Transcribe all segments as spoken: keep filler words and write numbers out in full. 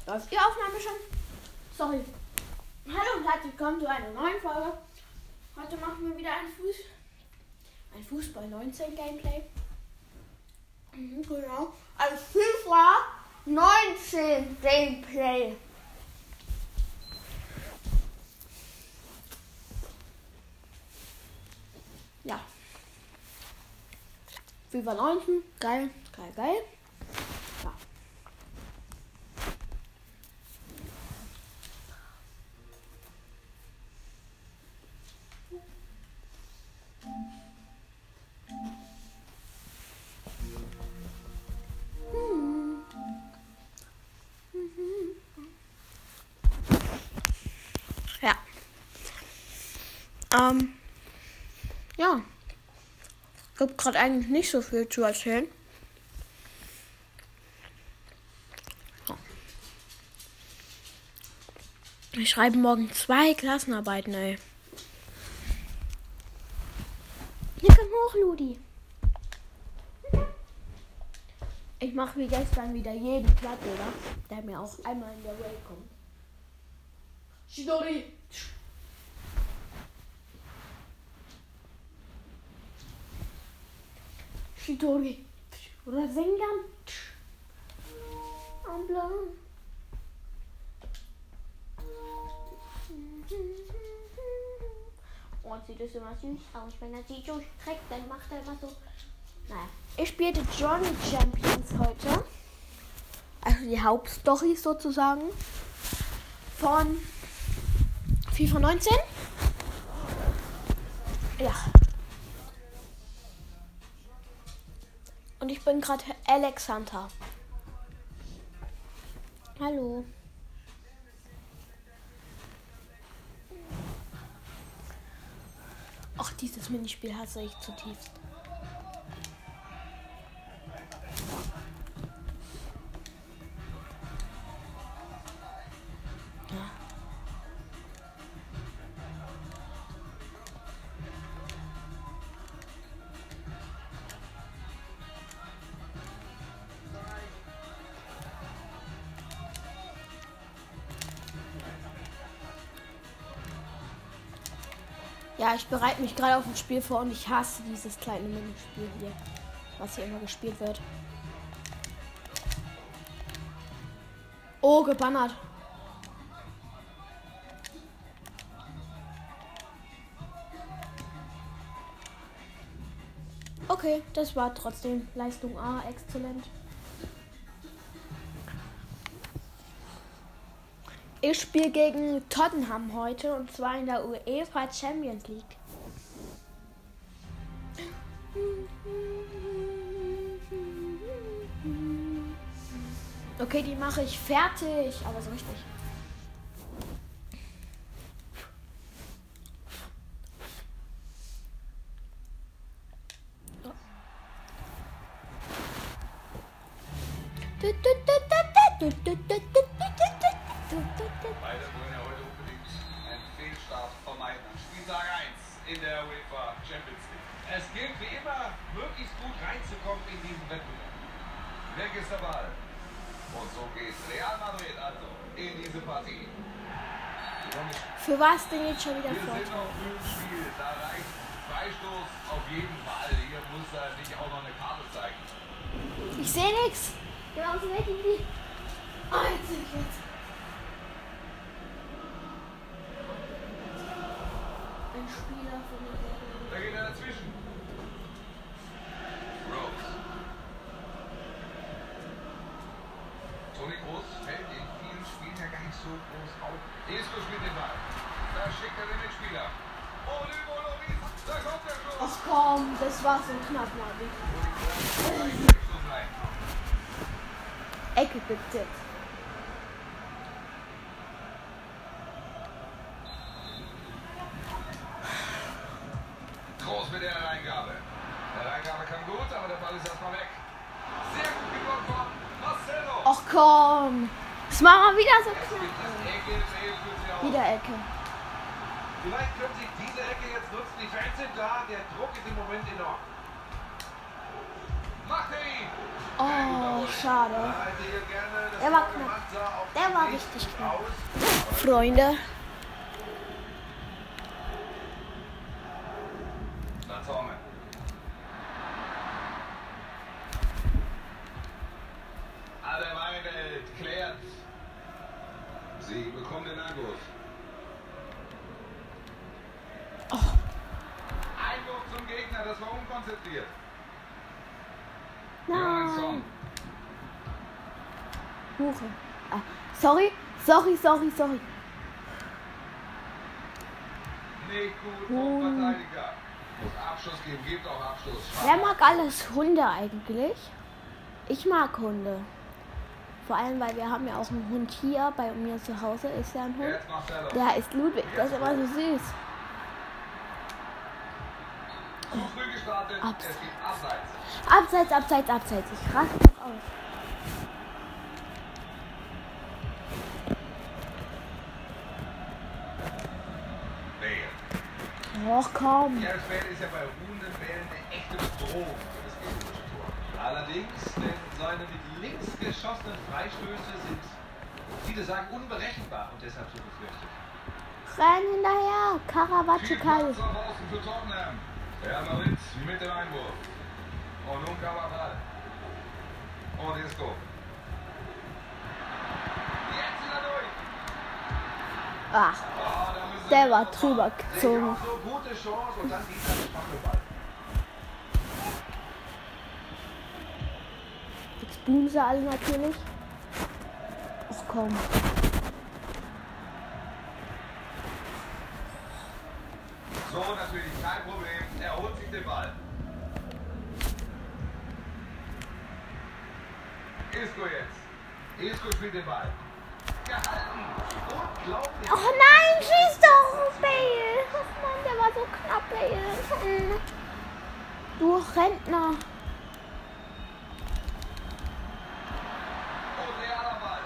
Läuft die Aufnahme schon? Sorry. Hallo und herzlich willkommen zu einer neuen Folge. Heute machen wir wieder ein Fuß... ein Fußball neunzehn Gameplay. Mhm, genau. Ein FIFA neunzehn Gameplay. Ja. FIFA neunzehn. Geil, geil, geil. Ja. Ja. Ähm. Ja. Ich habe gerade eigentlich nicht so viel zu erzählen. Wir schreiben morgen zwei Klassenarbeiten, ey. Hier komm hoch, Ludi. Ich mache wie gestern wieder jeden platt, oder? Der mir auch einmal in der Way kommt. Shidori! Shidori! Rasengan! En blanc! Und sieht es immer süß aus. Wenn er sich so streckt, dann macht er immer so. Naja. Ich spielte Johnny Champions heute. Also die Hauptstory sozusagen. Von FIFA neunzehn. Ja. Und ich bin gerade Alex Hunter. Hallo. Ach, dieses Minispiel hasse ich zutiefst. Ja. Ja, ich bereite mich gerade auf ein Spiel vor und ich hasse dieses kleine Minispiel hier, was hier immer gespielt wird. Oh, gebannert. Okay, das war trotzdem Leistung A, exzellent. Ich spiele gegen Tottenham heute und zwar in der UEFA Champions League. Okay, die mache ich fertig, aber so richtig. Oh. Beide wollen ja heute unbedingt einen Fehlstart vermeiden. Spieltag eins in der UEFA Champions League. Es gilt wie immer, möglichst gut reinzukommen in diesen Wettbewerb. Weg ist der Ball. Und so geht Real Madrid also in diese Partie. Für was denn jetzt schon wieder Wir vor? sind noch früh im Spiel. Da reicht Freistoß auf jeden Fall. Hier muss er nicht auch noch eine Karte zeigen. Ich sehe nichts. Genau, so weg in die. Oh, jetzt sehe ich jetzt. Ein Spieler von der Da geht er dazwischen. Rose. Toni Kroos fällt in vielen Spielen ja gar nicht so groß auf. Isco spielt den Ball. Da schickt er den Mitspieler. Olivo Loris. Da kommt er schon. Ach komm, das war so knapp, Mann. Ecke bitte. Groß mit der Reingabe. Der Reingabe kam gut, aber der Ball ist erstmal weg. Sehr gut geblockt von Marcelo. Ach komm. Das machen wir wieder so Es gibt das knapp. Ecke, es Wieder Ecke. Vielleicht können sich diese Ecke jetzt nutzen. Die Fans sind da. Der Druck ist im Moment enorm. Macht er ihn. Oh, schade. Der war knapp. Der war richtig knapp. Freunde. Aderweireld klärt. Sie bekommen den Angriff. Oh. Einwurf zum Gegner, das war unkonzentriert. Nein. Huche. Ah, sorry, sorry, sorry, sorry. Nicht gut vom Verteidiger. Muss Abschluss geben, gibt auch Abschluss. Wer mag alles Hunde eigentlich? Ich mag Hunde. Vor allem, weil wir haben ja auch einen Hund hier bei mir zu Hause. Ist ja ein Hund. Der heißt Ludwig. Der ist immer so süß. Zu früh gestartet. Abs- Es geht abseits. Abseits, abseits, abseits. Ich raste noch aus. Bale. Och komm. Gareth Bale ist ja bei ruhenden Bällen eine echte Bedrohung für das gegnerische Tor. Allerdings, denn seine mit links geschossenen Freistöße sind, viele sagen, unberechenbar und deshalb so befürchtet. Renn hinterher. Karawatsche Viel Kai. Platz auf Außen für Tottenham. Real Madrid mit dem Einwurf. Und nun Carvajal. Und Isco. Jetzt ist er durch. Ach, Oh, da müssen der wir war noch drüber mal. gezogen. Sicher, so gute Chance und dann geht er mit Stachelball. jetzt boomen sie alle natürlich. Ach komm. So, natürlich kein Problem. Er holt sich den Ball. Isco jetzt. Isco spielt den Ball. Gehalten. Unglaublich. Oh nein, schieß doch, Bale. Oh Mann, der war so knapp, Bale. Hm. Du Rentner. Und realer Ball.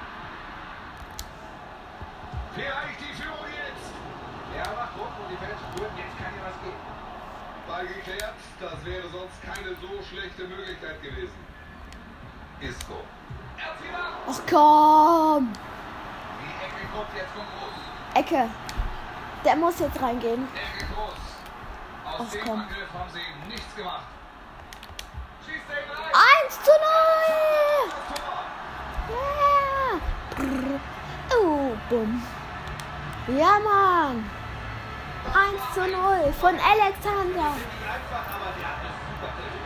Vielleicht die Führung jetzt. Er macht Druck und die Fans spüren, jetzt kann hier was gehen. Ball geklärt. Das wäre sonst keine so schlechte Möglichkeit gewesen. Isco. Er zieht ab. Ach komm. Die Ecke kommt jetzt von Groß. Ecke. Der muss jetzt reingehen. Ecke Groß. Aus Ach, dem komm. Angriff haben sie nichts gemacht. Schießt er ihn rein. eins zu null. Das Tor. Ja. Brr. Oh, bumm. Ja, Mann. eins zu null von Alexander. Nicht einfach, aber der hat das super drin.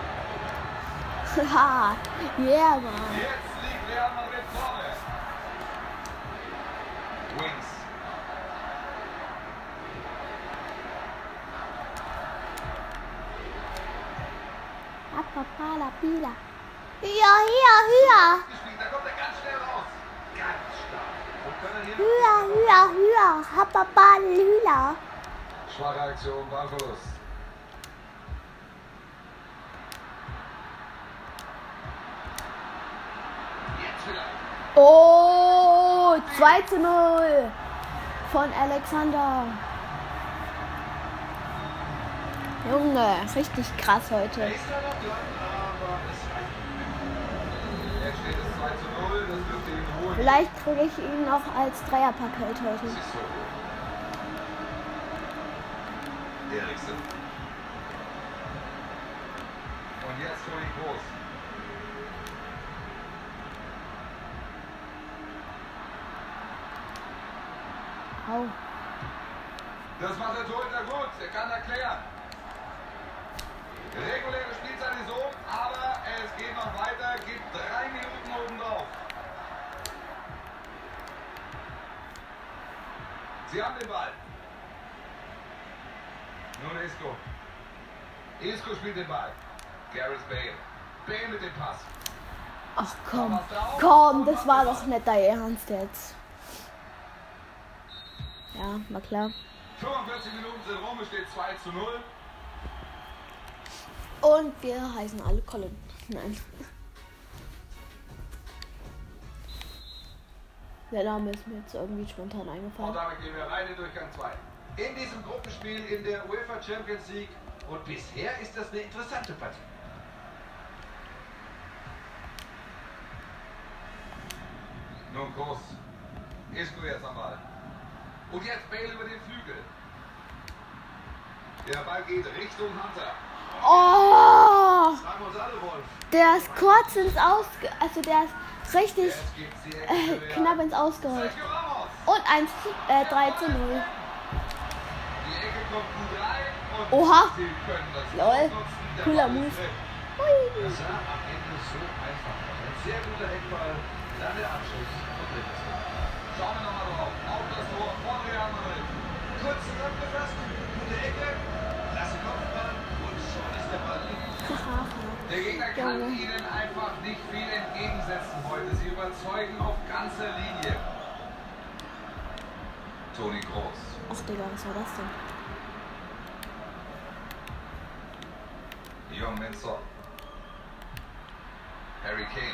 Haha. Ja, Mann. Jetzt liegt Real Madrid vorne. Wings. Apapala Pila. Hier, hier, hier. Gespielt, da kommt er ganz schnell raus. Ganz stark. Und können hier Hüa, hüa, hüa. Hapapala Hüla. schwache Aktion, Ballverlust. Jetzt vielleicht. Oh, zwei zu null von Alexander. Junge, richtig krass Er heute. ist da noch dran, aber es reicht nicht. Jetzt steht es zwei zu null, das dürfte ihn holen. Vielleicht kriege ich ihn noch als Dreierpaket heute. Das ist so. Eriksen. Und jetzt Toni Kroos. Au. Das macht der Torhüter gut, er kann erklären. Reguläre Spielzeit ist um, aber es geht noch weiter, gibt drei Minuten oben drauf. Sie haben den Ball. Nun Isco. Isco spielt den Ball. Gareth Bale. Bale mit dem Pass. Ach komm, komm, das war doch nicht dein Ernst jetzt. Ja, war klar. fünfundvierzig Minuten sind rum, es steht zwei zu null. Und wir heißen alle Colin. Nein. Der Name ist mir jetzt irgendwie spontan Und eingefallen. damit gehen wir rein in Durchgang zwei. In diesem Gruppenspiel in der UEFA Champions League. Und bisher ist das eine interessante Partie. Nun Groß. Isco jetzt am Ball. Und jetzt Bale über den Flügel. Der Ball geht Richtung Hunter. Oh! Sagen uns alle, Wolf. Der ist kurz ins Ausge... Also der ist richtig äh, knapp ins Ausgeholt. Sergio Ramos. Und eins, äh, drei zu null. Die Ecke kommt gut rein und Oha. sie können das Lol. ausnutzen. Der Cooler Ball ist Move. drin. Hui. Das sah am Ende so einfach aus. Ein sehr guter Eckball, dann der Abschluss und drin ist er. Schauen wir nochmal drauf. Auf das Tor von Real Madrid. Kurz zusammengefasst, gute Ecke, klasse Kopfball und schon ist der Ball liegen. Der Gegner kann ihnen einfach nicht viel entgegensetzen heute. Sie überzeugen auf ganzer Linie. Toni Kroos. Ach Digga, was war das denn? Jong Min Son. Harry Kane.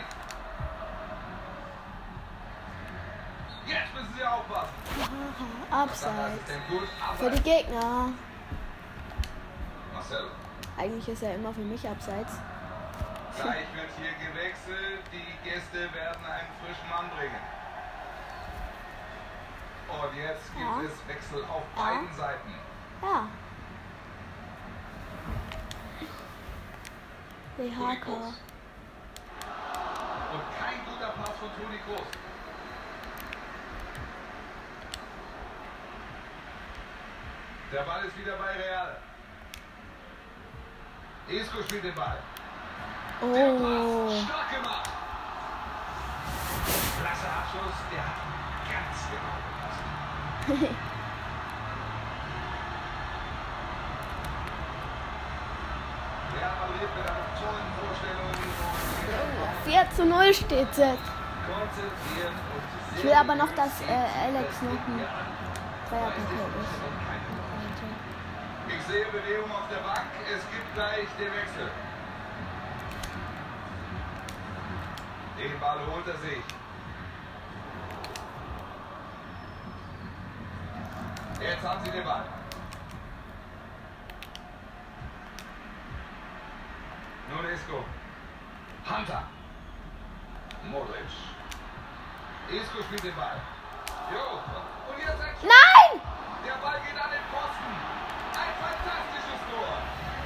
Jetzt müssen sie aufpassen. Was ist Abseits. denn gut? Für die Abseits. Gegner. Marcelo. Eigentlich ist er immer für mich abseits. Gleich wird hier gewechselt. Die Gäste werden einen frischen Mann bringen. Und jetzt gibt Ja. es Wechsel auf Ja. beiden Seiten. Ja. Toni D H K. Kroos. Und kein guter Pass von Toni Kroos. Der Ball ist wieder bei Real. Isco spielt den Ball. Der Oh. Pass, stark gemacht. Klasse Abschluss, der hat ganz genau gepasst. Real Madrid mit einer tollen Vorstellung und vier zu null steht es jetzt. konzentrieren und Ich will aber noch, dass äh, Alex noch ein Dreierpaket ist. Ich sehe Bewegung auf der Bank. Es gibt gleich den Wechsel. Den Ball holt er sich. Jetzt haben sie den Ball. Nun Isco. Hunter. Modric. Isco spielt den Ball. Jo. Und jetzt ein Schuss. Nein! Der Ball geht an den Pfosten. Ein fantastisches Tor.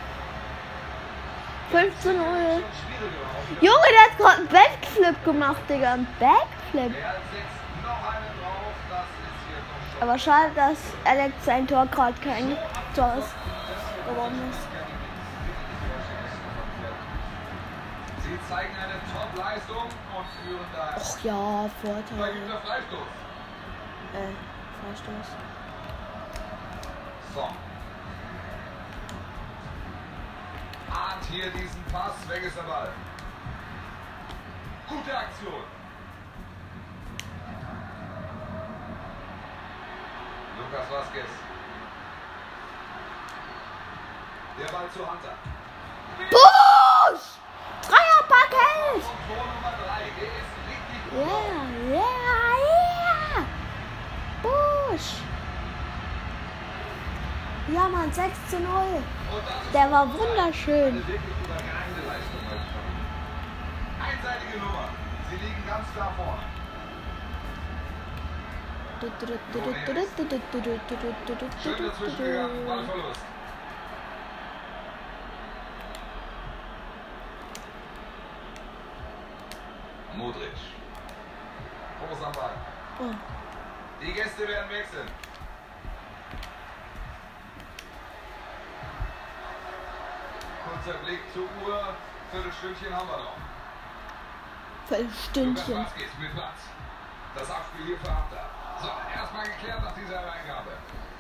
fünf zu null. Schon schwieriger auf. Junge, der hat gerade einen Backflip gemacht, Digga. Ein Backflip. Real setzt noch einen drauf. Das ist hier doch schon. Aber schade, dass Alex sein Tor gerade kein Tor ist geworden ist. Sie zeigen eine Top-Leistung und führen da. Ach ja, Da gibt Vorteil. es Freistoß. Äh, Freistoß. Song. Ahnt hier diesen Pass. Weg ist der Ball. Gute Aktion. Lucas Vazquez. Der Ball zu Hunter. Busch! Dreierpaket! Und Tor Nummer drei. Der ist richtig gut. Yeah, yeah, yeah! Busch! Ja, Mann, sechs zu null. Und das ist Der war Tor Nummer drei. wunderschön. Eine wirklich überragende Leistung heute von ihm. Einseitige Nummer. Sie liegen ganz klar vorne. Schön dazwischen gegangen. Ballverlust. Modric. Groß am Ball. Oh. Die Gäste werden wechseln. Kurzer Blick zur Uhr. Viertelstündchen haben wir noch. Lukas Viertelstündchen. Vazquez mit Platz. Das Abspiel hier für Hunter. So, erstmal geklärt nach dieser Reingabe.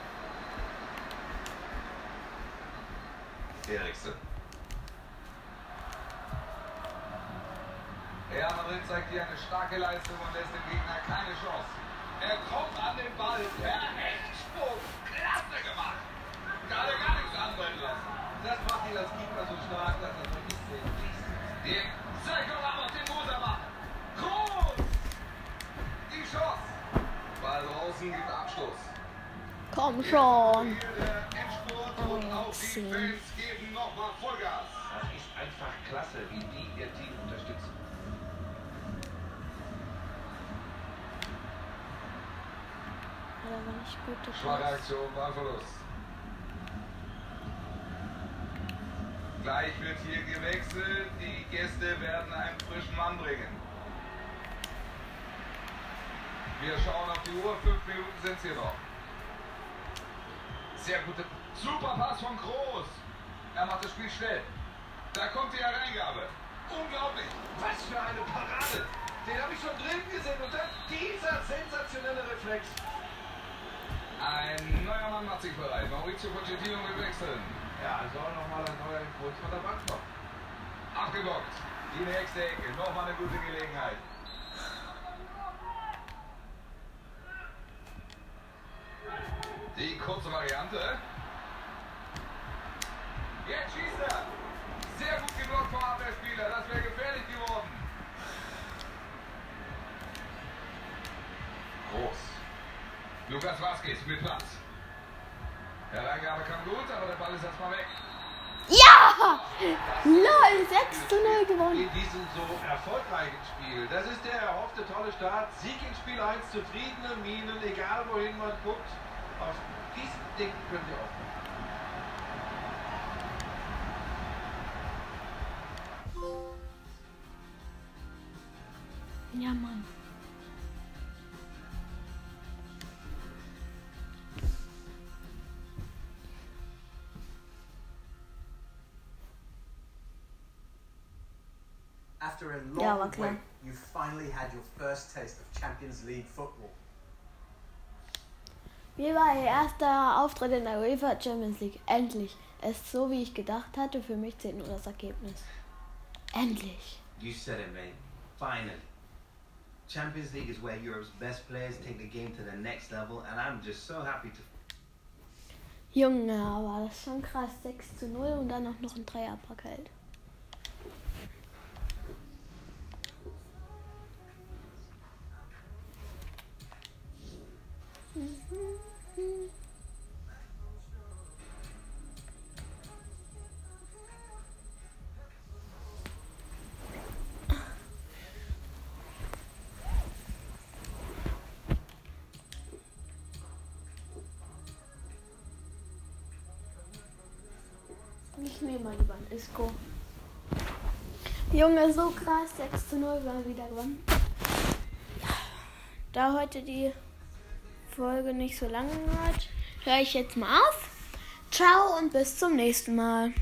Eriksen. Real Madrid zeigt hier eine starke Leistung und lässt dem Gegner keine Chance. Er kommt an den Ball per Hechtsprung. Klasse gemacht. Da hat er gar nichts anbrennen lassen. Das macht ihn als Keeper so stark, dass er so nicht sehen ließ. Den Sergio Ramos den Moser macht. Groß! Die Chance. Ball draußen gibt Abstoß. Komm schon. Hier der Endspurt und auch die Fans geben nochmal Vollgas. Das ist einfach klasse, wie die ihr Team unterstützen. richtig gute Schwache Pass. Aktion, Ballverlust. Gleich wird hier gewechselt. Die Gäste werden einen frischen Mann bringen. Wir schauen auf die Uhr. Fünf Minuten sind es hier noch. Sehr gute. Super Pass von Kroos. Er macht das Spiel schnell. Da kommt die Hereingabe. Unglaublich. Was für eine Parade. Den habe ich schon drin gesehen. Und dann dieser sensationelle Reflex. Ein neuer Mann macht sich bereit. Maurizio Pochettino will wechseln. Ja, soll nochmal ein neuer Impuls von der Bank kommen. Abgeblockt. Die nächste Ecke. Nochmal eine gute Gelegenheit. Die kurze Variante. Jetzt schießt er. Sehr gut geblockt vom Abwehrspieler. Das wäre gefährlich geworden. Groß. Lukas Vazquez mit Platz. Der Reingabe kam gut, aber der Ball ist erstmal weg. Ja! Lol, sechs zu null gewonnen. In diesem so erfolgreichen Spiel. Das ist der erhoffte tolle Start. Sieg in Spiel eins, zufriedene Minen, egal wohin man guckt. Auf diesen Ding könnt ihr aufmachen. Ja, Mann. After a Ja, war long klar. wait, you finally had your first taste of Champions League football. Wie war Ihr erster Auftritt in der UEFA Champions League? Endlich. Es ist so, wie ich gedacht hatte. Für mich zählt nur das Ergebnis. Endlich. You said it, mate. Finally. Champions League is where Europe's best players take the game to the next level, and I'm just so happy to... Junge, aber das ist schon krass. sechs zu null und dann auch noch ein Dreierpack hält. Ich nehme mal lieber ein Isco. Junge, so krass. sechs zu null war wieder gewonnen. Ja, da heute die Folge nicht so lange hat, höre ich jetzt mal auf. Ciao und bis zum nächsten Mal.